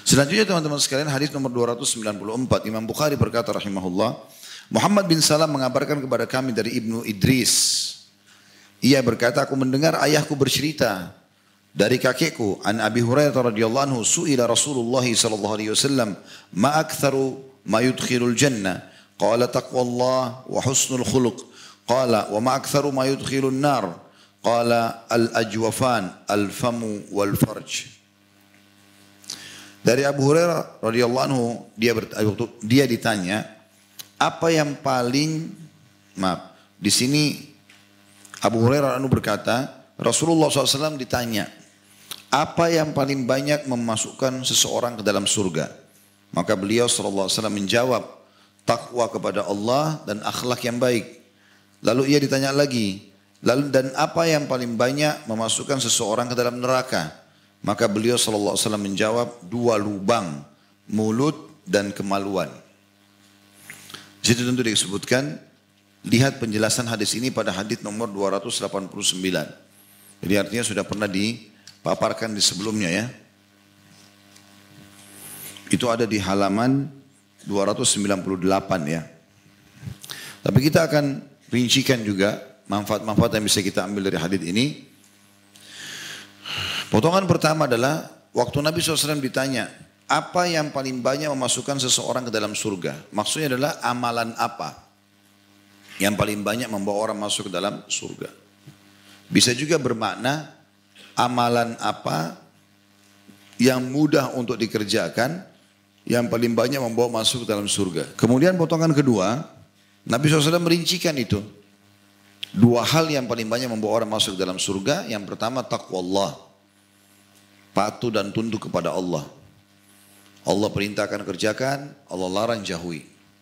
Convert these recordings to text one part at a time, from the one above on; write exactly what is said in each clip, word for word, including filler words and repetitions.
Selanjutnya teman-teman sekalian, hadis nomor dua ratus sembilan puluh empat. Imam Bukhari berkata rahimahullah, Muhammad bin Salam mengabarkan kepada kami dari Ibnu Idris. Ia berkata, aku mendengar ayahku bercerita dari kakekku an Abi Hurairah radhiyallahu anhu, su'ila Rasulullah sallallahu alaihi wasallam, ma aktsaru ma yudkhilul jannah? Qala taqwallah wa husnul khuluq. Qala wa ma aktsaru ma yudkhilun nar? Qala al-ajwafan al-famu wal farj. Dari Abu Hurairah radhiyallahu anhu, dia dia ditanya, apa yang paling maaf, di sini Abu Hurairah anu berkata, Rasulullah shallallahu alaihi wasallam ditanya, apa yang paling banyak memasukkan seseorang ke dalam surga? Maka beliau shallallahu alaihi wasallam menjawab, takwa kepada Allah dan akhlak yang baik. Lalu ia ditanya lagi, lalu dan apa yang paling banyak memasukkan seseorang ke dalam neraka? Maka beliau shallallahu alaihi wasallam menjawab, dua lubang, mulut dan kemaluan. Di situ tentu disebutkan, lihat penjelasan hadis ini pada hadis nomor dua ratus delapan puluh sembilan. Jadi artinya sudah pernah dipaparkan di sebelumnya ya. Itu ada di halaman dua ratus sembilan puluh delapan ya. Tapi kita akan rincikan juga manfaat-manfaat yang bisa kita ambil dari hadis ini. Potongan pertama adalah waktu Nabi shallallahu alaihi wasallam ditanya, apa yang paling banyak memasukkan seseorang ke dalam surga? Maksudnya adalah amalan apa yang paling banyak membawa orang masuk ke dalam surga? Bisa juga bermakna amalan apa yang mudah untuk dikerjakan yang paling banyak membawa masuk ke dalam surga. Kemudian potongan kedua, Nabi shallallahu alaihi wasallam merincikan itu. Dua hal yang paling banyak membawa orang masuk ke dalam surga. Yang pertama taqwa Allah, patuh dan tunduk kepada Allah. Allah perintahkan kerjakan, Allah larang jauhi.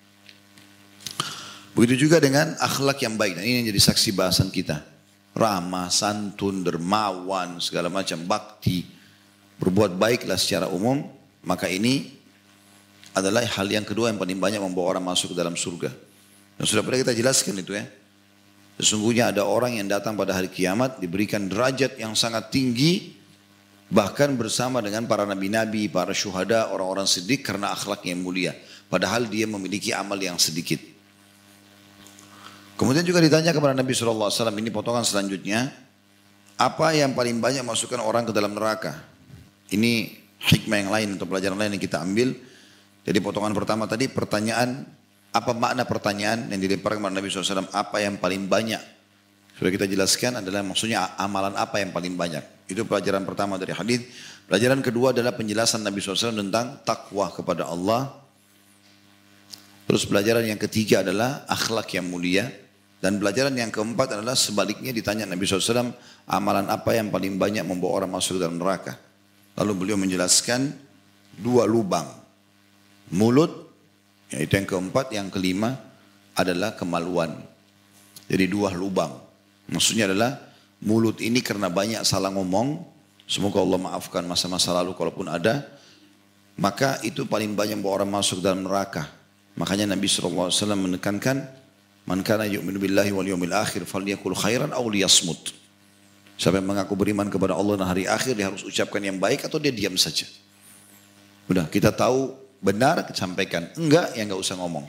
Begitu juga dengan akhlak yang baik. Dan ini yang jadi saksi bahasan kita. Ramah, santun, dermawan, segala macam bakti. Berbuat baiklah secara umum. Maka ini adalah hal yang kedua yang paling banyak membawa orang masuk ke dalam surga. Dan sudah pernah kita jelaskan itu ya. Sesungguhnya ada orang yang datang pada hari kiamat diberikan derajat yang sangat tinggi. Bahkan bersama dengan para nabi-nabi, para syuhada, orang-orang siddiq karena akhlaknya yang mulia. Padahal dia memiliki amal yang sedikit. Kemudian juga ditanya kepada Nabi shallallahu alaihi wasallam, ini potongan selanjutnya. Apa yang paling banyak masukkan orang ke dalam neraka? Ini hikmah yang lain atau pelajaran lain yang kita ambil. Jadi potongan pertama tadi pertanyaan, apa makna pertanyaan yang dilemparkan kepada Nabi shallallahu alaihi wasallam, apa yang paling banyak? Sudah kita jelaskan adalah maksudnya amalan apa yang paling banyak. Itu pelajaran pertama dari hadis. Pelajaran kedua adalah penjelasan Nabi shallallahu alaihi wasallam tentang takwa kepada Allah. Terus pelajaran yang ketiga adalah akhlak yang mulia. Dan pelajaran yang keempat adalah sebaliknya ditanya Nabi shallallahu alaihi wasallam, amalan apa yang paling banyak membawa orang masuk dalam neraka. Lalu beliau menjelaskan dua lubang. Mulut, yaitu yang keempat. Yang kelima adalah kemaluan. Jadi dua lubang. Maksudnya adalah mulut ini karena banyak salah ngomong, semoga Allah maafkan masa-masa lalu kalaupun ada, maka itu paling banyak membawa orang masuk dalam neraka. Makanya Nabi shallallahu alaihi wasallam menekankan, man kana yu'minu billahi wal yawmil akhir falyakul khairan aw liyasmut. Siapa yang mengaku beriman kepada Allah dan hari akhir, dia harus ucapkan yang baik atau dia diam saja. Udah, kita tahu benar, sampaikan. Enggak, ya enggak usah ngomong.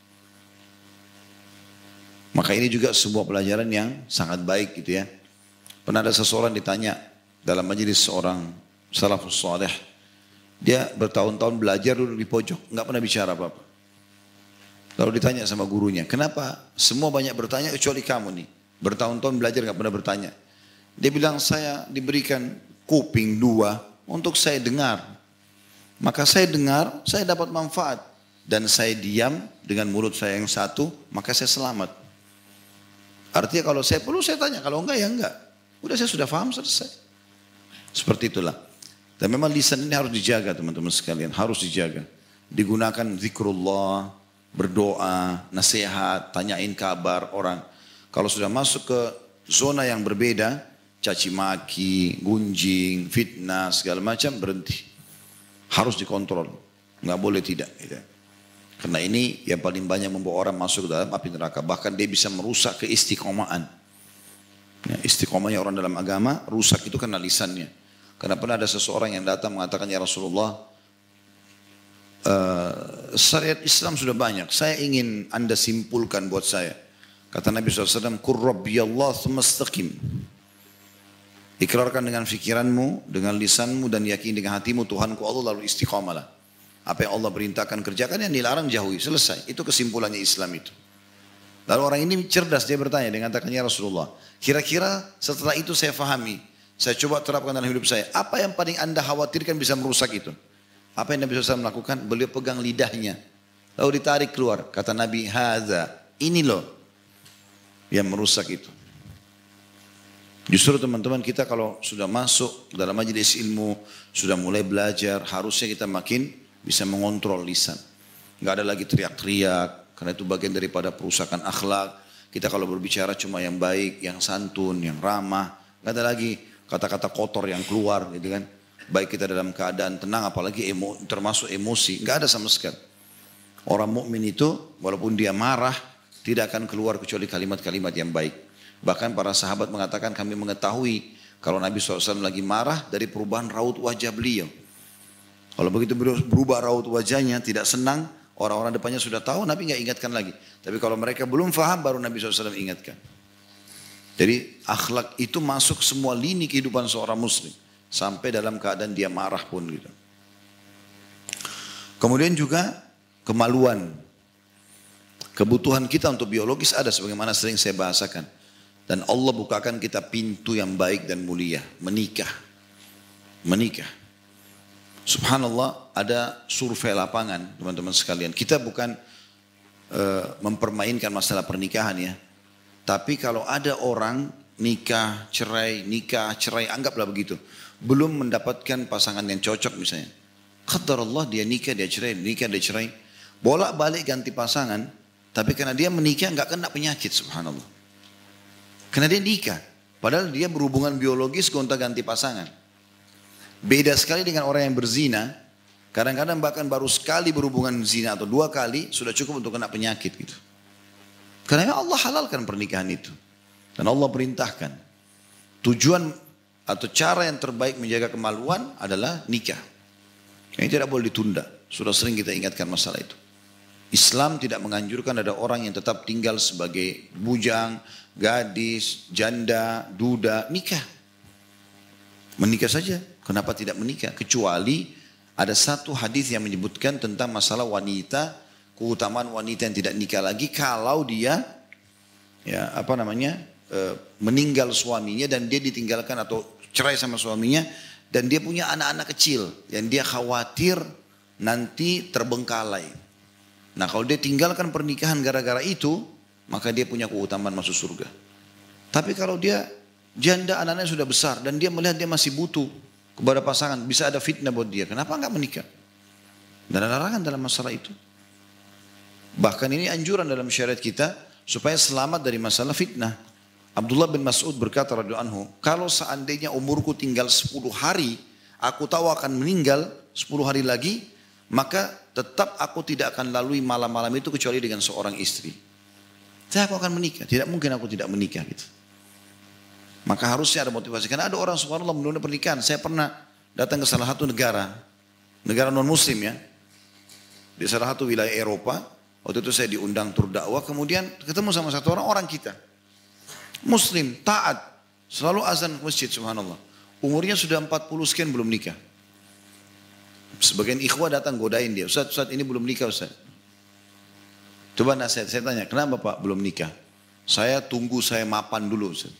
Maka ini juga sebuah pelajaran yang sangat baik gitu ya. Pernah ada seseorang ditanya dalam majelis seorang salafus saleh. Dia bertahun-tahun belajar duduk di pojok, enggak pernah bicara apa-apa. Lalu ditanya sama gurunya, kenapa semua banyak bertanya kecuali kamu nih? Bertahun-tahun belajar enggak pernah bertanya. Dia bilang, saya diberikan kuping dua untuk saya dengar. Maka saya dengar, saya dapat manfaat. Dan saya diam dengan mulut saya yang satu, maka saya selamat. Artinya kalau saya perlu saya tanya, kalau enggak ya enggak. Udah saya sudah paham, selesai. Seperti itulah. Dan memang lisan ini harus dijaga teman-teman sekalian, harus dijaga. Digunakan zikrullah, berdoa, nasihat, tanyain kabar orang. Kalau sudah masuk ke zona yang berbeda, caci maki, gunjing, fitnah, segala macam, berhenti. Harus dikontrol, nggak boleh tidak. Gitu. Karena ini yang paling banyak membawa orang masuk ke dalam api neraka. Bahkan dia bisa merusak keistiqomahan. Ya, istiqomahnya orang dalam agama, rusak itu karena lisannya. Karena pernah ada seseorang yang datang mengatakan, ya Rasulullah, Uh, syariat Islam sudah banyak. Saya ingin Anda simpulkan buat saya. Kata Nabi shallallahu alaihi wasallam, Qur Rabbiyallah thumma istaqim. Ikrarkan dengan fikiranmu, dengan lisanmu dan yakin dengan hatimu Tuhanku Allah, lalu istiqamalah. Apa yang Allah perintahkan kerjakan, yang dilarang jauhi. Selesai. Itu kesimpulannya Islam itu. Lalu orang ini cerdas, dia bertanya dengan katakannya Rasulullah, kira-kira setelah itu saya fahami, saya coba terapkan dalam hidup saya, apa yang paling anda khawatirkan bisa merusak itu? Apa yang Nabi shallallahu alaihi wasallam lakukan? Beliau pegang lidahnya, lalu ditarik keluar. Kata Nabi, hadza, ini loh yang merusak itu. Justru teman-teman kita kalau sudah masuk dalam majelis ilmu, sudah mulai belajar, harusnya kita makin bisa mengontrol lisan. Gak ada lagi teriak-teriak, karena itu bagian daripada perusakan akhlak. Kita kalau berbicara cuma yang baik, yang santun, yang ramah. Gak ada lagi kata-kata kotor yang keluar gitu kan. Baik kita dalam keadaan tenang, apalagi emo, termasuk emosi. Gak ada sama sekali. Orang mukmin itu walaupun dia marah, tidak akan keluar kecuali kalimat-kalimat yang baik. Bahkan para sahabat mengatakan kami mengetahui kalau Nabi shallallahu alaihi wasallam lagi marah dari perubahan raut wajah beliau. Kalau begitu berubah raut wajahnya, tidak senang, orang-orang depannya sudah tahu, Nabi nggak ingatkan lagi. Tapi kalau mereka belum faham, baru Nabi shallallahu alaihi wasallam ingatkan. Jadi akhlak itu masuk semua lini kehidupan seorang muslim. Sampai dalam keadaan dia marah pun gitu. Kemudian juga kemaluan. Kebutuhan kita untuk biologis ada sebagaimana sering saya bahasakan. Dan Allah bukakan kita pintu yang baik dan mulia. Menikah. Menikah. Subhanallah, ada survei lapangan teman-teman sekalian. Kita bukan uh, mempermainkan masalah pernikahan ya. Tapi kalau ada orang nikah, cerai, nikah, cerai, anggaplah begitu. Belum mendapatkan pasangan yang cocok misalnya. Qadarullah dia nikah, dia cerai, nikah, dia cerai. Bolak-balik ganti pasangan. Tapi karena dia menikah nggak kena penyakit, subhanallah. Karena dia nikah. Padahal dia berhubungan biologis gonta-ganti pasangan. Beda sekali dengan orang yang berzina. Kadang-kadang bahkan baru sekali berhubungan zina atau dua kali sudah cukup untuk kena penyakit gitu. Karena Allah halalkan pernikahan itu. Dan Allah perintahkan. Tujuan atau cara yang terbaik menjaga kemaluan adalah nikah. Ini tidak boleh ditunda. Sudah sering kita ingatkan masalah itu. Islam tidak menganjurkan ada orang yang tetap tinggal sebagai bujang, gadis, janda, duda, nikah. Menikah saja, kenapa tidak menikah? Kecuali ada satu hadis yang menyebutkan tentang masalah wanita, keutamaan wanita yang tidak nikah lagi kalau dia ya apa namanya e, meninggal suaminya dan dia ditinggalkan atau cerai sama suaminya dan dia punya anak-anak kecil yang dia khawatir nanti terbengkalai. Nah kalau dia tinggalkan pernikahan gara-gara itu, maka dia punya keutamaan masuk surga. Tapi kalau dia janda, anak-anaknya sudah besar dan dia melihat dia masih butuh kepada pasangan, bisa ada fitnah buat dia. Kenapa enggak menikah? Dan ada larangan dalam masalah itu. Bahkan ini anjuran dalam syariat kita supaya selamat dari masalah fitnah. Abdullah bin Mas'ud berkata radhiyallahu anhu, kalau seandainya umurku tinggal sepuluh hari, aku tahu akan meninggal sepuluh hari lagi, maka tetap aku tidak akan lalui malam-malam itu kecuali dengan seorang istri. Saya aku akan menikah. Tidak mungkin aku tidak menikah gitu. Maka harusnya ada motivasi. Karena ada orang subhanallah menunda pernikahan. Saya pernah datang ke salah satu negara. Negara non muslim ya. Di salah satu wilayah Eropa. Waktu itu saya diundang tur dakwah. Kemudian ketemu sama satu orang, orang kita. Muslim, taat. Selalu azan masjid subhanallah. Umurnya sudah empat puluh sekian belum nikah. Sebagian ikhwah datang godain dia. Ustaz, Ustaz ini belum nikah Ustaz. Coba nasihat, saya tanya, kenapa Pak belum nikah? Saya tunggu saya mapan dulu Ustaz.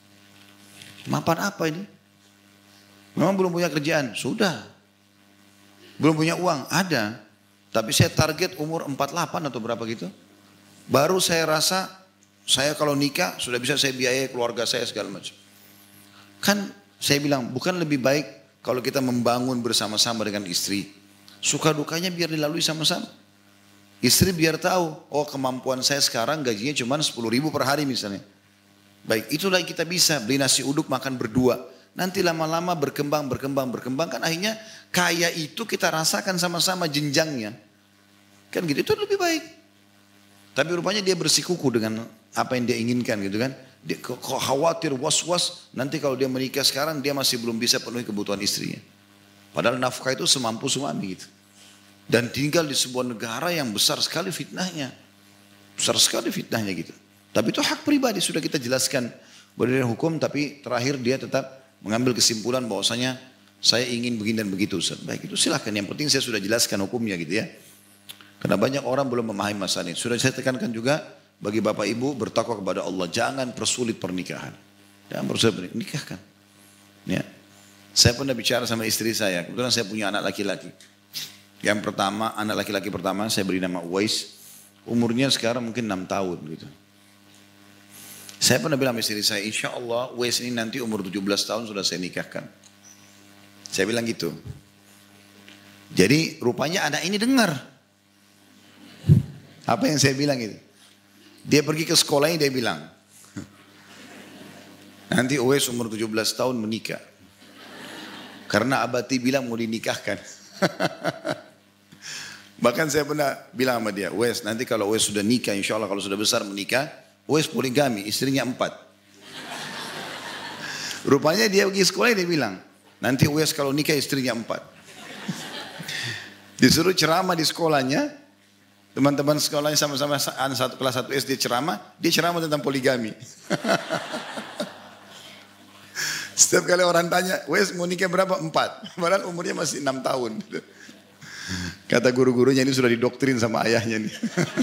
Mapan apa ini? Memang belum punya kerjaan? Sudah. Belum punya uang? Ada. Tapi saya target umur empat puluh delapan atau berapa gitu. Baru saya rasa, saya kalau nikah sudah bisa saya biayai keluarga saya segala macam. Kan saya bilang, bukan lebih baik kalau kita membangun bersama-sama dengan istri, suka dukanya biar dilalui sama-sama. Istri biar tahu, oh kemampuan saya sekarang gajinya cuma sepuluh ribu per hari misalnya. Baik, itulah kita bisa beli nasi uduk makan berdua. Nanti lama-lama berkembang, berkembang, berkembang. Kan akhirnya kaya itu kita rasakan sama-sama jenjangnya. Kan gitu, itu lebih baik. Tapi rupanya dia bersikuku dengan apa yang dia inginkan gitu kan. Dia khawatir was-was nanti kalau dia menikah sekarang dia masih belum bisa penuhi kebutuhan istrinya. Padahal nafkah itu semampu suami gitu. Dan tinggal di sebuah negara yang besar sekali fitnahnya. Besar sekali fitnahnya gitu. Tapi itu hak pribadi, sudah kita jelaskan berdasarkan hukum, tapi terakhir dia tetap mengambil kesimpulan bahwasanya saya ingin begini dan begitu Ustaz. Baik, itu silahkan, yang penting saya sudah jelaskan hukumnya gitu ya. Karena banyak orang belum memahami masalah ini. Sudah saya tekankan juga bagi bapak ibu bertakwa kepada Allah. Jangan persulit pernikahan. Jangan persulit pernikahan, nikahkan. Ya. Saya pernah bicara sama istri saya, kebetulan saya punya anak laki-laki. Yang pertama, anak laki-laki pertama saya beri nama Uwais. Umurnya sekarang mungkin enam tahun gitu. Saya pernah bilang sama istri saya, insya Allah Uwais ini nanti umur tujuh belas tahun sudah saya nikahkan. Saya bilang gitu. Jadi rupanya anak ini dengar. Apa yang saya bilang itu? Dia pergi ke sekolahnya, dia bilang, nanti Uwais umur tujuh belas tahun menikah. Karena abati bilang mau dinikahkan. Bahkan saya pernah bilang sama dia, Uwais nanti kalau Uwais sudah nikah, insya Allah kalau sudah besar menikah, Uwais poligami, istrinya empat. Rupanya dia pergi sekolah, dia bilang, nanti Uwais kalau nikah istrinya empat. Disuruh ceramah di sekolahnya, teman-teman sekolahnya sama-sama satu kelas satu S D ceramah, dia ceramah tentang poligami. Setiap kali orang tanya, Uwais mau nikah berapa? Empat. Padahal umurnya masih enam tahun. Kata guru-gurunya ini sudah didoktrin sama ayahnya nih.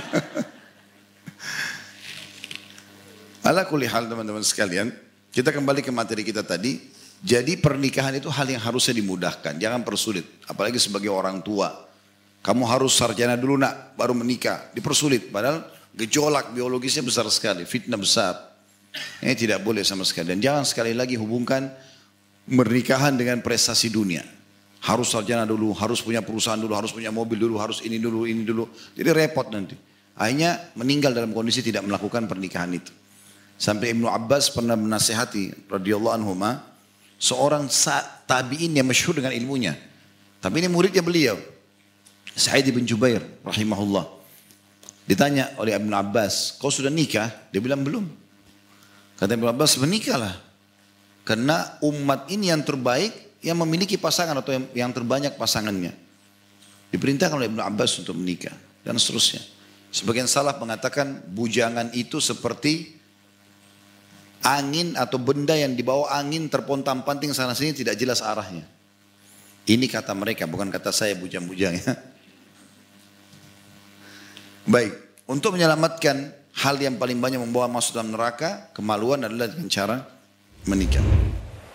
Ala kulli hal teman-teman sekalian, kita kembali ke materi kita tadi. Jadi pernikahan itu hal yang harusnya dimudahkan, jangan persulit. Apalagi sebagai orang tua. Kamu harus sarjana dulu nak, baru menikah. Dipersulit, padahal gejolak biologisnya besar sekali, fitnah besar. Ini tidak boleh sama sekali. Dan jangan sekali lagi hubungkan pernikahan dengan prestasi dunia. Harus sarjana dulu, harus punya perusahaan dulu, harus punya mobil dulu, harus ini dulu, ini dulu. Jadi repot nanti. Akhirnya meninggal dalam kondisi tidak melakukan pernikahan itu. Sampai Ibnu Abbas pernah menasihati radhiyallahu anhuma seorang tabi'in yang masyhur dengan ilmunya. Tapi ini muridnya beliau, Sa'id bin Jubair rahimahullah. Ditanya oleh Ibnu Abbas, kau sudah nikah? Dia bilang belum. Kata Ibnu Abbas, menikahlah. Karena umat ini yang terbaik yang memiliki pasangan atau yang, yang terbanyak pasangannya. Diperintahkan oleh Ibnu Abbas untuk menikah dan seterusnya. Sebagian salaf mengatakan bujangan itu seperti angin atau benda yang dibawa angin terpontang-panting sana sini tidak jelas arahnya. Ini kata mereka, bukan kata saya bujang-bujang ya. Baik, untuk menyelamatkan hal yang paling banyak membawa masuk dalam neraka, kemaluan adalah dengan cara menikah.